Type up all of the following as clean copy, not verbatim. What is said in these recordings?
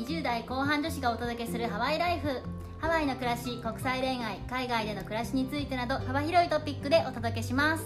20代後半女子がお届けするハワイライフ。ハワイの暮らし、国際恋愛、海外での暮らしについてなど幅広いトピックでお届けします。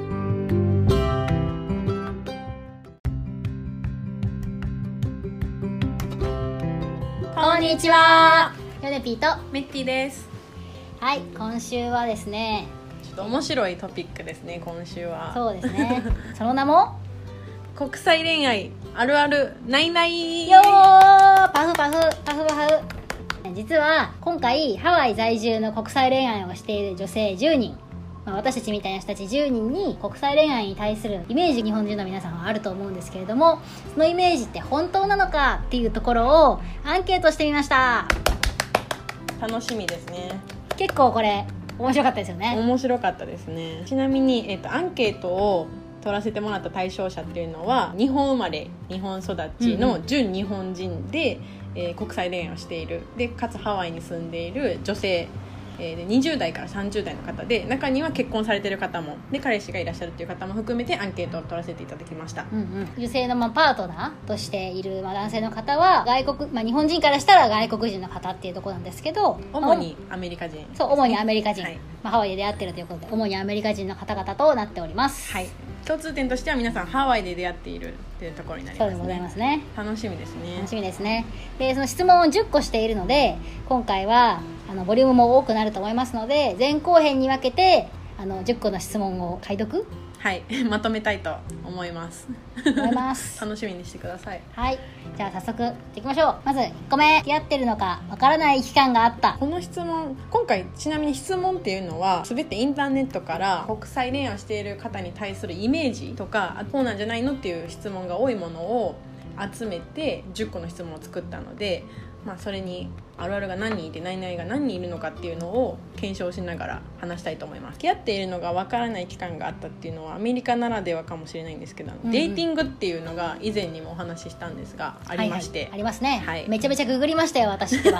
こんにちは、ヨネピーとメッティです。 はい、今週はですね、 ちょっと面白いトピックですね。今週はそうですねその名も国際恋愛あるあるないないよー、パフパフパフパフ。実は今回ハワイ在住の国際恋愛をしている女性10人、私たちみたいな人たち10人に国際恋愛に対するイメージ、日本人の皆さんはあると思うんですけれども、そのイメージって本当なのかっていうところをアンケートしてみました。 楽しみですね。 結構これ面白かったですよね。 面白かったですね。ちなみに、アンケートを取らせてもらった対象者っていうのは日本生まれ日本育ちの純日本人で、国際恋愛をしているで、かつハワイに住んでいる女性、で20代から30代の方で、中には結婚されている方もで彼氏がいらっしゃるという方も含めてアンケートを取らせていただきました。 女性のパートナーとしている男性の方は外国、日本人からしたら外国人の方っていうところなんですけど、 主にアメリカ人、 そう、主にアメリカ人、 はい、 ハワイで出会っているということで主にアメリカ人の方々となっております。 はい、共通点としては皆さんハワイで出会っているっていうところになりますね。 そうでございますね。 楽しみですね。 楽しみですね。で、その質問を10個しているので、今回はボリュームも多くなると思いますので、前後編に分けて10個の質問を解読、 はいまとめたいと思います楽しみにしてください。 はい、じゃあ早速いきましょう。まず1個目、付き合ってるのかわからない期間があった。 この質問、今回ちなみに質問っていうのは全てインターネットから国際恋愛をしている方に対するイメージとか、こうなんじゃないのっていう質問が多いものを集めて10個の質問を作ったので、それにあるあるが何人いて何々が何人いるのかっていうのを検証しながら話したいと思います。付き合っているのがわからない期間があったっていうのはアメリカならではかもしれないんですけど、デーティングっていうのが以前にもお話ししたんですがありまして、 ありますね、 はい、 めちゃめちゃググりましたよ私では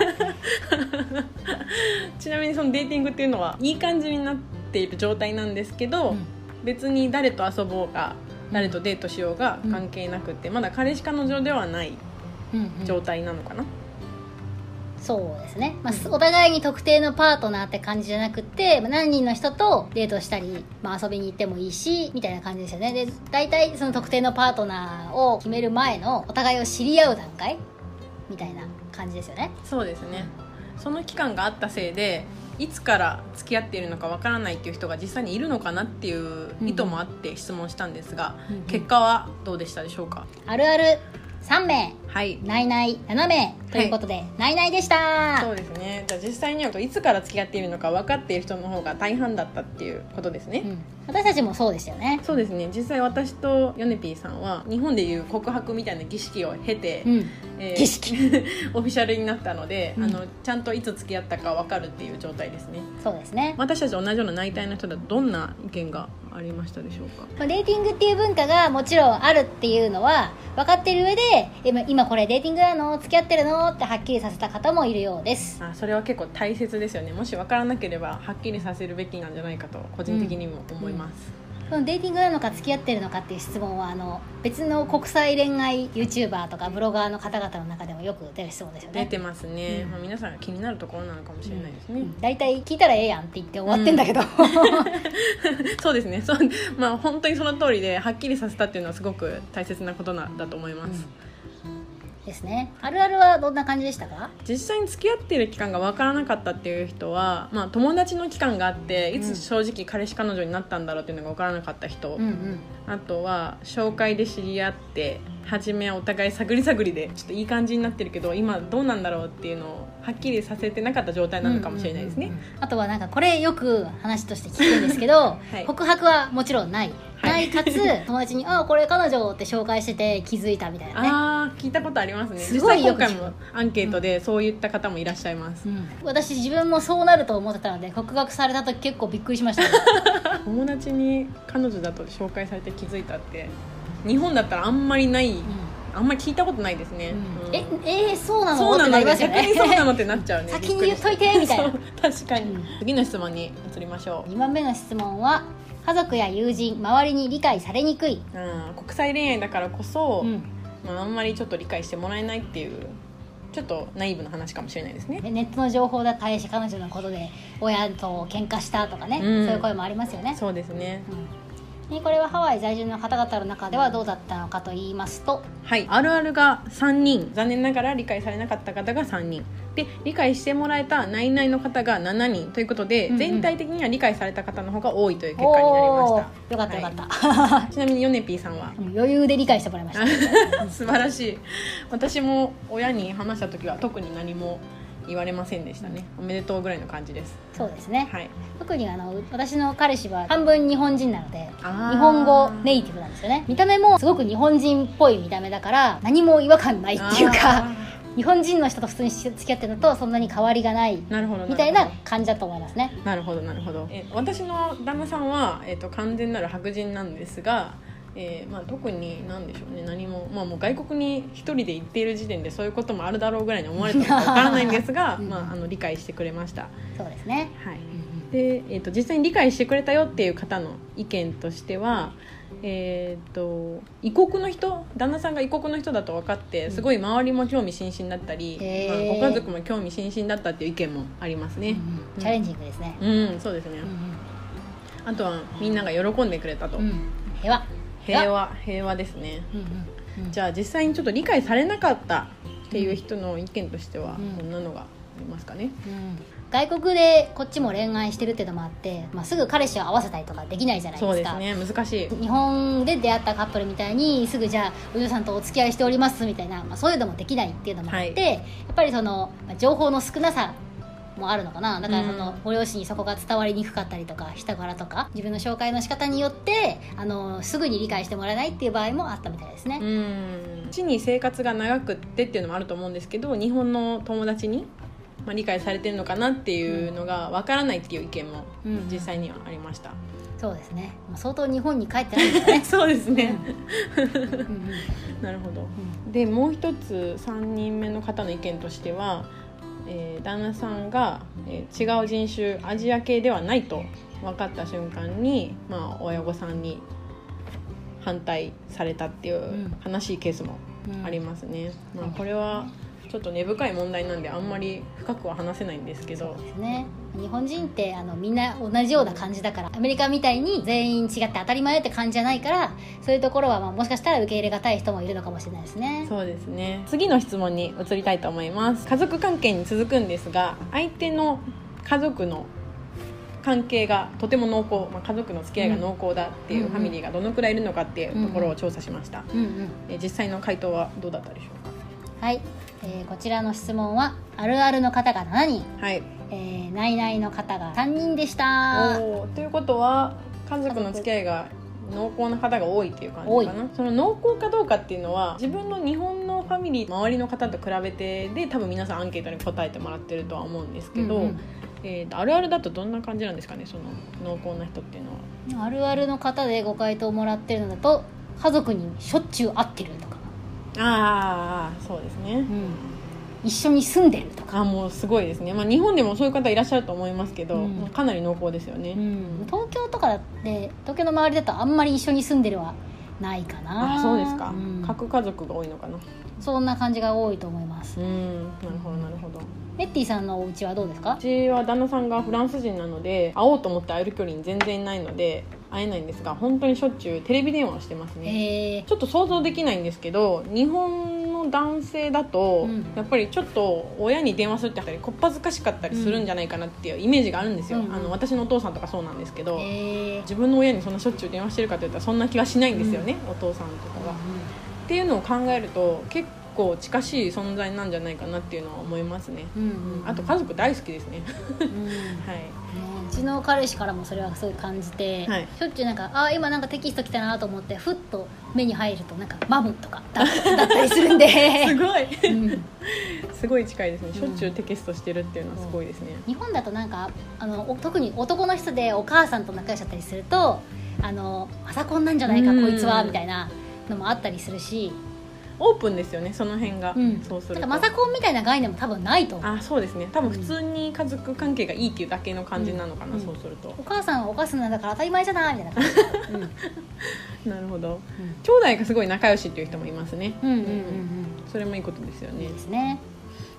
ちなみにそのデーティングっていうのはいい感じになっている状態なんですけど、別に誰と遊ぼうが誰とデートしようが関係なくて、まだ彼氏彼女ではない状態なのかな。 そうですね、お互いに特定のパートナーって感じじゃなくて、何人の人とデートしたり、遊びに行ってもいいしみたいな感じですよね。で、大体その特定のパートナーを決める前のお互いを知り合う段階みたいな感じですよね。 そうですね。その期間があったせいでいつから付き合っているのかわからないっていう人が実際にいるのかなっていう意図もあって質問したんですが、結果はどうでしたでしょうか。 あるある3名、 はい、 ないない7名ということで、はい、ないないでした。 そうですね。じゃあ実際にはいつから付き合っているのか分かっている人の方が大半だったっていうことですね、 私たちもそうでしたよね。 そうですね。実際私とヨネピーさんは日本でいう告白みたいな儀式を経て、 儀式オフィシャルになったので、ちゃんといつ付き合ったか分かるっていう状態ですね。 そうですね。 私たち同じような内定の人だとどんな意見がありましたでしょうか。 デーティングっていう文化がもちろんあるっていうのは分かってる上で、今これデーティングなの付き合ってるのってはっきりさせた方もいるようです。 それは結構大切ですよね。もし分からなければはっきりさせるべきなんじゃないかと個人的にも思います、 そのデーティングなのか付き合ってるのかっていう質問は別の国際恋愛 YouTuber とかブロガーの方々の中でもよく出る質問ですよね。 出てますね、皆さんが気になるところなのかもしれないですね。 だいたい聞いたらええやんって言って終わってんだけど、 そうですね。本当にその通りではっきりさせたっていうのはすごく大切なことなんだと思います、 ですね。あるあるはどんな感じでしたか。 実際に付き合っている期間が分からなかったっていう人は、友達の期間があっていつ正直彼氏彼女になったんだろうっていうのが分からなかった人、あとは紹介で知り合って初めはお互い探り探りでちょっといい感じになってるけど今どうなんだろうっていうのをはっきりさせてなかった状態なのかもしれないですね。 あとはこれよく話として聞くんですけど、告白はもちろんない、かつ友達にこれ彼女って紹介してて気づいたみたいなね。 聞いたことありますね。 すごいよく聞く。 実際今回もアンケートでそういった方もいらっしゃいます、 私自分もそうなると思ってたので告白された時結構びっくりしました友達に彼女だと紹介されて気づいたって日本だったらあんまりない、あんまり聞いたことないですね、 そうなのってなりますよね。 逆にそうなのってなっちゃうね先に言っといてみたいな確かに、次の質問に移りましょう。 2番目の質問は家族や友人周りに理解されにくい、 国際恋愛だからこそ、あんまりちょっと理解してもらえないっていうちょっとナイーブな話かもしれないですね。 ネットの情報だと彼氏彼女のことで親と喧嘩したとかね、そういう声もありますよね。 そうですね、 でこれはハワイ在住の方々の中ではどうだったのかと言いますと、 はい、あるあるが3人、残念ながら理解されなかった方が3人で、理解してもらえた内々の方が7人ということで、全体的には理解された方の方が多いという結果になりました。 よかったよかった、 ちなみにヨネピーさんは余裕で理解してもらいました素晴らしい。私も親に話した時は特に何も言われませんでしたね。おめでとうぐらいの感じです。 そうですね、 はい、 特に私の彼氏は半分日本人なので日本語ネイティブなんですよね。見た目もすごく日本人っぽい見た目だから何も違和感ないっていうか日本人の人と普通に付き合ってるのとそんなに変わりがないみたいな感じだと思いますね。 なるほどなるほど。私の旦那さんは、完全なる白人なんですが、特に何でしょうね、何も、もう外国に一人で行っている時点でそういうこともあるだろうぐらいに思われたのかわからないんですが、理解してくれました。 そうですね、 はい。で、実際に理解してくれたよっていう方の意見としては、異国の人、旦那さんが異国の人だと分かってすごい周りも興味津々だったり、ご家族も興味津々だったっていう意見もありますね。 チャレンジングですね。 そうですね、あとはみんなが喜んでくれたと、平和ですね。じゃあ実際にちょっと理解されなかったっていう人の意見としてはどんなのがありますかね。 外国でこっちも恋愛してるっていうのもあって、すぐ彼氏を合わせたりとかできないじゃないですか。 そうですね、難しい。 日本で出会ったカップルみたいにすぐじゃあお嬢さんとお付き合いしておりますみたいな、そういうのもできないっていうのもあって、やっぱりその情報の少なさもあるのかな。だからそのご両親にそこが伝わりにくかったりとか人柄とか自分の紹介の仕方によってすぐに理解してもらえないっていう場合もあったみたいですね。こっちに生活が長くってっていうのもあると思うんですけど、日本の友達に理解されてるのかなっていうのがわからないっていう意見も実際にはありました。 そうですね、相当日本に帰ってないんですねそうですねなるほど、でもう一つ3人目の方の意見としては、旦那さんが、違う人種アジア系ではないと分かった瞬間に、親御さんに反対されたっていう悲しいケースもありますね。これはちょっと根深い問題なんであんまり深くは話せないんですけど。 そうですね、日本人ってみんな同じような感じだから、アメリカみたいに全員違って当たり前って感じじゃないから、そういうところはもしかしたら受け入れがたい人もいるのかもしれないですね。 そうですね。次の質問に移りたいと思います。家族関係に続くんですが、相手の家族の関係がとても濃厚、家族の付き合いが濃厚だっていうファミリーがどのくらいいるのかっていうところを調査しました。実際の回答はどうだったでしょうか。 はい、こちらの質問はあるあるの方が7人、ないないの方が3人でした。 ということは家族の付き合いが濃厚な方が多いっていう感じかな。その濃厚かどうかっていうのは自分の日本のファミリー周りの方と比べてで多分皆さんアンケートに答えてもらってるとは思うんですけど、あるあるだとどんな感じなんですかね、その濃厚な人っていうのは。 あるあるの方でご回答もらってるのだと、家族にしょっちゅう会ってるとか、 そうですね、 一緒に住んでるとか。 もうすごいですね。日本でもそういう方いらっしゃると思いますけど、かなり濃厚ですよね。 東京とかだって東京の周りだとあんまり一緒に住んでるはないかな。 そうですか、核家族が多いのかな。 そんな感じが多いと思います。 なるほどなるほど。 ネッティさんのお家はどうですか？ うちは旦那さんがフランス人なので会おうと思って会える距離に全然ないので会えないんですが、本当にしょっちゅうテレビ電話をしてますね。ちょっと想像できないんですけど、日本の男性だと、やっぱりちょっと親に電話するってやっぱりこっぱずかしかったりするんじゃないかなっていうイメージがあるんですよ。私のお父さんとかそうなんですけど、自分の親にそんなしょっちゅう電話してるかといったらそんな気はしないんですよね、お父さんとかが、っていうのを考えると結構近しい存在なんじゃないかなっていうのは思いますね。あと家族大好きですねうちの彼氏からもそれはすごい感じて、しょっちゅう今テキスト来たなと思ってふっと目に入るとマムとかだったりするんですごい、すごい近いですね。しょっちゅうテキストしてるっていうのはすごいですね。 日本だと特に男の人でお母さんと仲良しだったりするとマサコンなんじゃないかこいつはみたいなのもあったりするし、 オープンですよね、その辺が。そうするとマサコンみたいな概念も多分ないと思う。 そうですね、多分普通に家族関係がいいっていうだけの感じなのかな、そうすると。 お母さんはお母さんなんだから当たり前じゃないみたいな感じなるほど、兄弟がすごい仲良しっていう人もいますね。それもいいことですよね。 いいですね。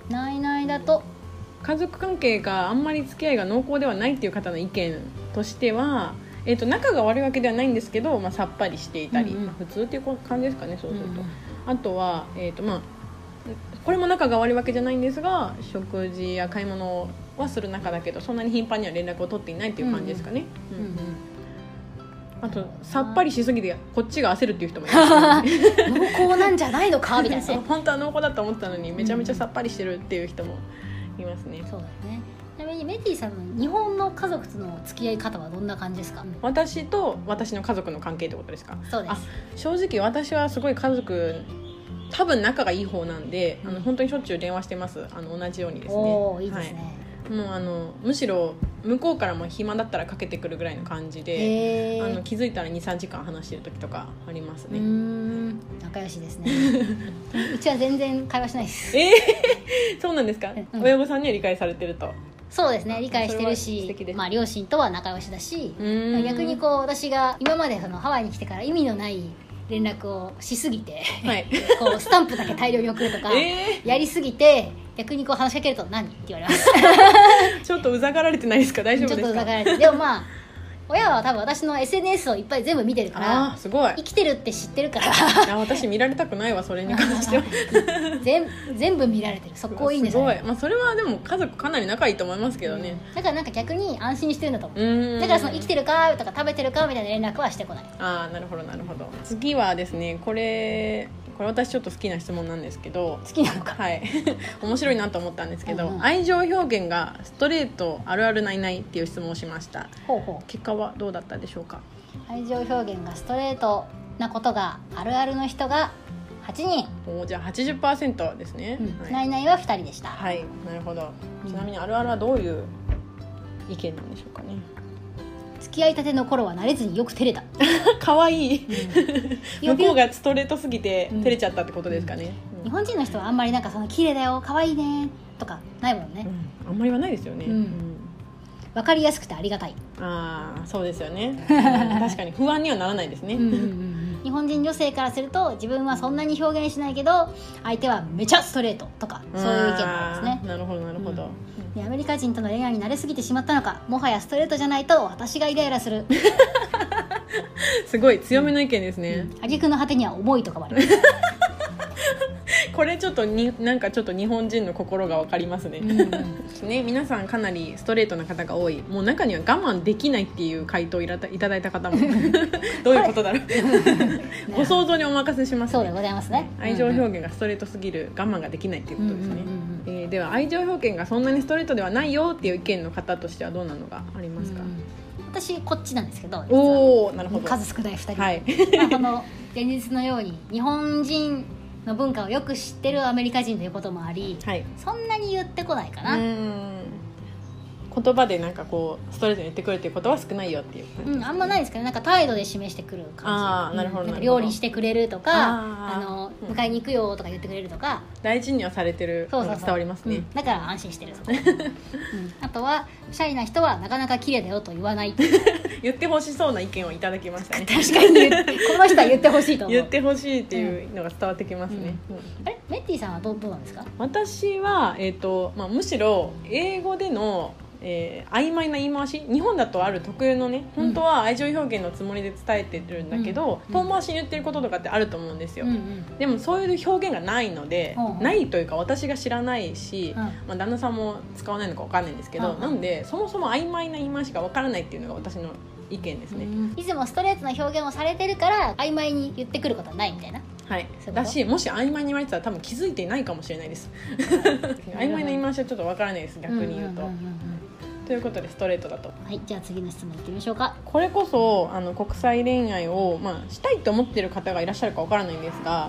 ないないだと家族関係があんまり付き合いが濃厚ではないっていう方の意見としては、仲が悪いわけではないんですけど、さっぱりしていたり、 うんうん普通っていう感じですかね。そうすると、 うんうんあとは、これも仲が悪いわけじゃないんですが、食事や買い物はする仲だけどそんなに頻繁には連絡を取っていないっていう感じですかね。 うんうんあとさっぱりしすぎてこっちが焦るっていう人もいますね濃厚なんじゃないのかみたいなそうね本当は濃厚だと思ったのにめちゃめちゃさっぱりしてるっていう人もいますね。 そうだね。ちなみにメティさんの日本の家族との付き合い方はどんな感じですか？ 私と私の家族の関係ってことですか？ そうです。 あ、正直私はすごい家族多分仲がいい方なんで、本当にしょっちゅう電話してます。同じようにですね。 おー、いいですね。 もうむしろ向こうからも暇だったらかけてくるぐらいの感じで、気づいたら 2,3 時間話してる時とかありますね。 仲良しですねうちは全然会話しないですそうなんですか、 うん、 親御さんには理解されてると。 そうですね、理解してるし、両親とは仲良しだし、逆にこう私が今までハワイに来てから意味のない連絡をしすぎて、はい、こうスタンプだけ大量に送るとか、やりすぎて逆にこう話しかけると何って言われますちょっとうざがられてないですか？大丈夫ですか？ ちょっとうざがられて、でも親は多分私の SNS をいっぱい全部見てるから、 すごい生きてるって知ってるから私見られたくないわ、それに関しては全部見られてる。そこいいんですよね。 すごい、それはでも家族かなり仲いいと思いますけどね、 だから逆に安心してるんだと思う。だから生きてるかとか食べてるかみたいな連絡はしてこない。 なるほどなるほど。次はですね、これ私ちょっと好きな質問なんですけど。 好きなのか。 はい面白いなと思ったんですけど、愛情表現がストレートあるあるないないっていう質問をしました。結果はどうだったでしょうか？ 愛情表現がストレートなことがあるあるの人が8人。 じゃあ 80% ですね、 ないないは2人でした。 はい、なるほど。ちなみにあるあるはどういう意見なんでしょうかね？ 付き合いたての頃は慣れずによく照れたかわいい向こうがストレートすぎて照れちゃったってことですかね。 日本人の人はあんまりその綺麗だよかわいいねとかないもんね、 あんまりはないですよね、 分かりやすくてありがたい。 そうですよね確かに不安にはならないですね日本人女性からすると自分はそんなに表現しないけど相手はめちゃストレートとかそういう意見なんですね。 なるほどなるほど、 アメリカ人との恋愛に慣れすぎてしまったのか、もはやストレートじゃないと私がイライラするすごい強めの意見ですね。 挙句の果てには重いとかもありますこれちょっとなんかちょっと日本人の心が分かりますね、ね。皆さんかなりストレートな方が多い。もう中には我慢できないっていう回答をいただいた方もどういうことだろうご想像にお任せしますね。 そうでございますね。 愛情表現がストレートすぎる、我慢ができないっていうことですね。では愛情表現がそんなにストレートではないよっていう意見の方としてはどうなのがありますか？ 私こっちなんですけど、 なるほど。 数少ない2人、 はいこの現実のように日本人の文化をよく知ってるアメリカ人ということもあり、そんなに言ってこないかな。言葉でストレートに言ってくるっていうことは少ないよっていう感じ、 あんまないですけど態度で示してくる感じ。 なるほど。 料理してくれるとか迎えに行くよとか言ってくれるとか大事にはされてるのが伝わりますね。 だから安心してるあとはシャイな人はなかなか綺麗だよと言わない言ってほしそうな意見をいただきましたね。 確かにこの人は言ってほしいと思う。 言ってほしいっていうのが伝わってきますね。 メッティさんはどうなんですか？ 私は、むしろ英語での曖昧な言い回し、日本だとある特有のね、本当は愛情表現のつもりで伝えてるんだけど、遠回しに言ってることとかってあると思うんですよ、でもそういう表現がないので、ないというか私が知らないし、旦那さんも使わないのか分かんないんですけど、なんでそもそも曖昧な言い回しが分からないっていうのが私の意見ですね。 いつもストレートな表現をされてるから曖昧に言ってくることはないみたいな。 はい、だし、もし曖昧に言われてたら多分気づいていないかもしれないです曖昧な言い回しはちょっと分からないです、逆に言うと。ということでストレートだと。 はい、じゃあ次の質問いってみましょうか。 これこそ国際恋愛を、したいと思っている方がいらっしゃるかわからないんですが、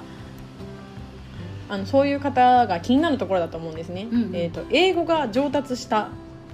そういう方が気になるところだと思うんですね、英語が上達した、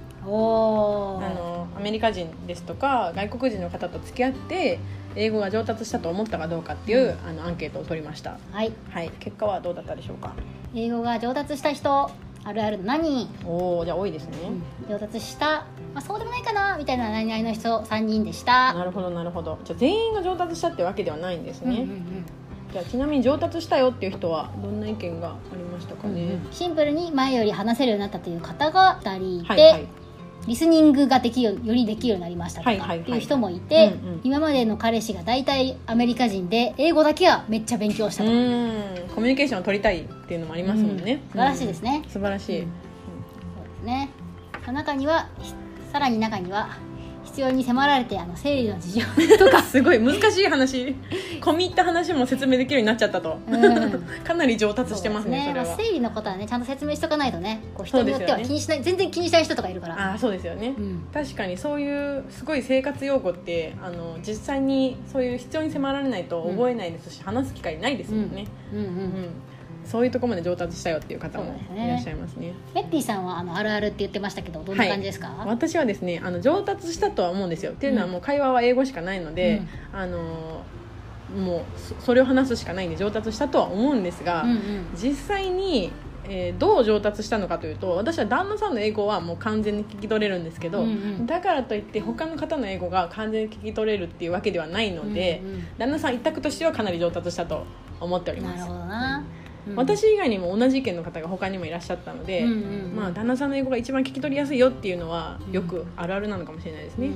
アメリカ人ですとか外国人の方と付き合って英語が上達したと思ったかどうかっていう、アンケートを取りました。はい、結果はどうだったでしょうか？ 英語が上達した人あるある何人？ じゃあ多いですね、 上達した、そうでもないかなみたいな何々の人3人でした。 なるほどなるほど。じゃあ全員が上達したってわけではないんですね、 じゃあちなみに上達したよっていう人はどんな意見がありましたかね。 シンプルに前より話せるようになったという方が2人いて、 はいはい、 リスニングがよりできるようになりましたとかっていう人もいて、今までの彼氏が大体アメリカ人で英語だけはめっちゃ勉強したと。 コミュニケーションを取りたいっていうのもありますもんね。 素晴らしいですね。 素晴らしい。そうですね。さらに中には必要に迫られて生理の事情とかすごい難しい話、込み入った話も説明できるようになっちゃったと、かなり上達してますね。それは生理のことはねちゃんと説明しとかないとね、こう人によっては気にしない、全然気にしない人とかいるから。 そうですよね、確かにそういうすごい生活用語って実際にそういう必要に迫られないと覚えないですし、話す機会ないですもんね。そういうところまで上達したよっていう方もいらっしゃいますね。 メッティさんはあるあるって言ってましたけど、どんな感じですか？ 私はですね上達したとは思うんですよ。っていうのはもう会話は英語しかないので、もうそれを話すしかないんで上達したとは思うんですが、実際に、どう上達したのかというと、私は旦那さんの英語はもう完全に聞き取れるんですけど、だからといって他の方の英語が完全に聞き取れるっていうわけではないので、旦那さん一択としてはかなり上達したと思っております。 なるほどな。 私以外にも同じ意見の方が他にもいらっしゃったので、旦那さんの英語が一番聞き取りやすいよっていうのはよくあるあるなのかもしれないですね。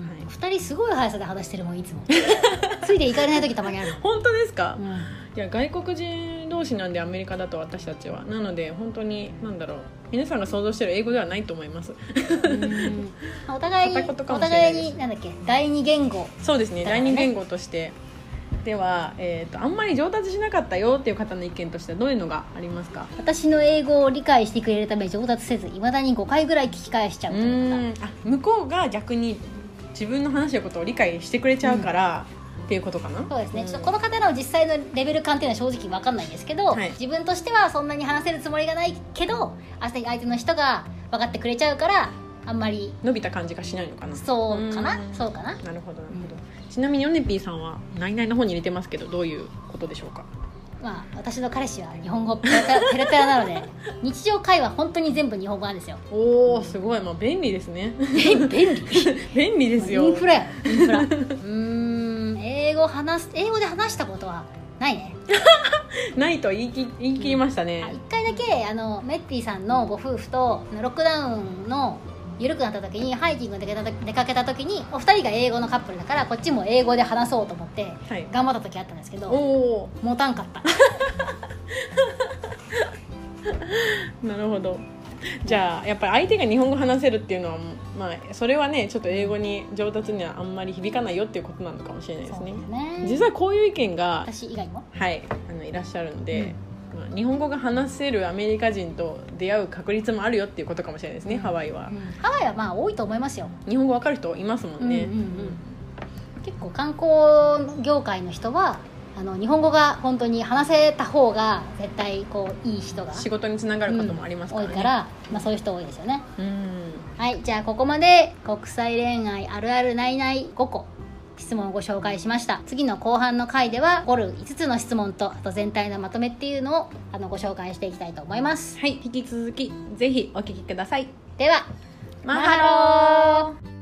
2人すごい速さで話してるもん、いつもついていかれない時たまにある。 本当ですか？いや外国人同士なんで、アメリカだと私たちはなので本当に皆さんが想像してる英語ではないと思います。 お互いになんだっけ、第二言語、 そうですね、第二言語としてでは、あんまり上達しなかったよっていう方の意見としてはどういうのがありますか？ 私の英語を理解してくれるため上達せず、いまだに5回ぐらい聞き返しちゃうという方。 向こうが逆に自分の話のことを理解してくれちゃうから、っていうことかな。 そうですね、ちょっとこの方の実際のレベル感っていうのは正直分かんないんですけど、自分としてはそんなに話せるつもりがないけど、相手の人が分かってくれちゃうからあんまり伸びた感じがしないのかな。 そうかな。なるほどなるほど。 ちなみにヨネピーさんはナイナイの方に入れてますけど、どういうことでしょうか？ 私の彼氏は日本語ペラペラなので日常会話本当に全部日本語なんですよ。 おーすごい、便利ですね。便利ですよ。 インフラやインフラ英語で話したことはないね。 ないと言い切りましたね。 一回だけメッティさんのご夫婦とロックダウンの緩くなった時にハイキングで出かけた時に、お二人が英語のカップルだからこっちも英語で話そうと思って頑張った時あったんですけど、持たんかった。 なるほど。じゃあやっぱり相手が日本語話せるっていうのは、それはねちょっと英語に上達にはあんまり響かないよっていうことなのかもしれないですね。実際こういう意見が私以外もいらっしゃるので、日本語が話せるアメリカ人と出会う確率もあるよっていうことかもしれないですね。ハワイは多いと思いますよ。 日本語わかる人いますもんね。 結構観光業界の人は日本語が本当に話せた方が絶対いい人が仕事につながることもありますからね。 多いから、そういう人多いですよね。はい、じゃあここまで国際恋愛あるあるないない5個質問をご紹介しました。次の後半の回では残る5つの質問と、あと全体のまとめっていうのをご紹介していきたいと思います。 引き続きぜひお聞きください。 ではマハロー。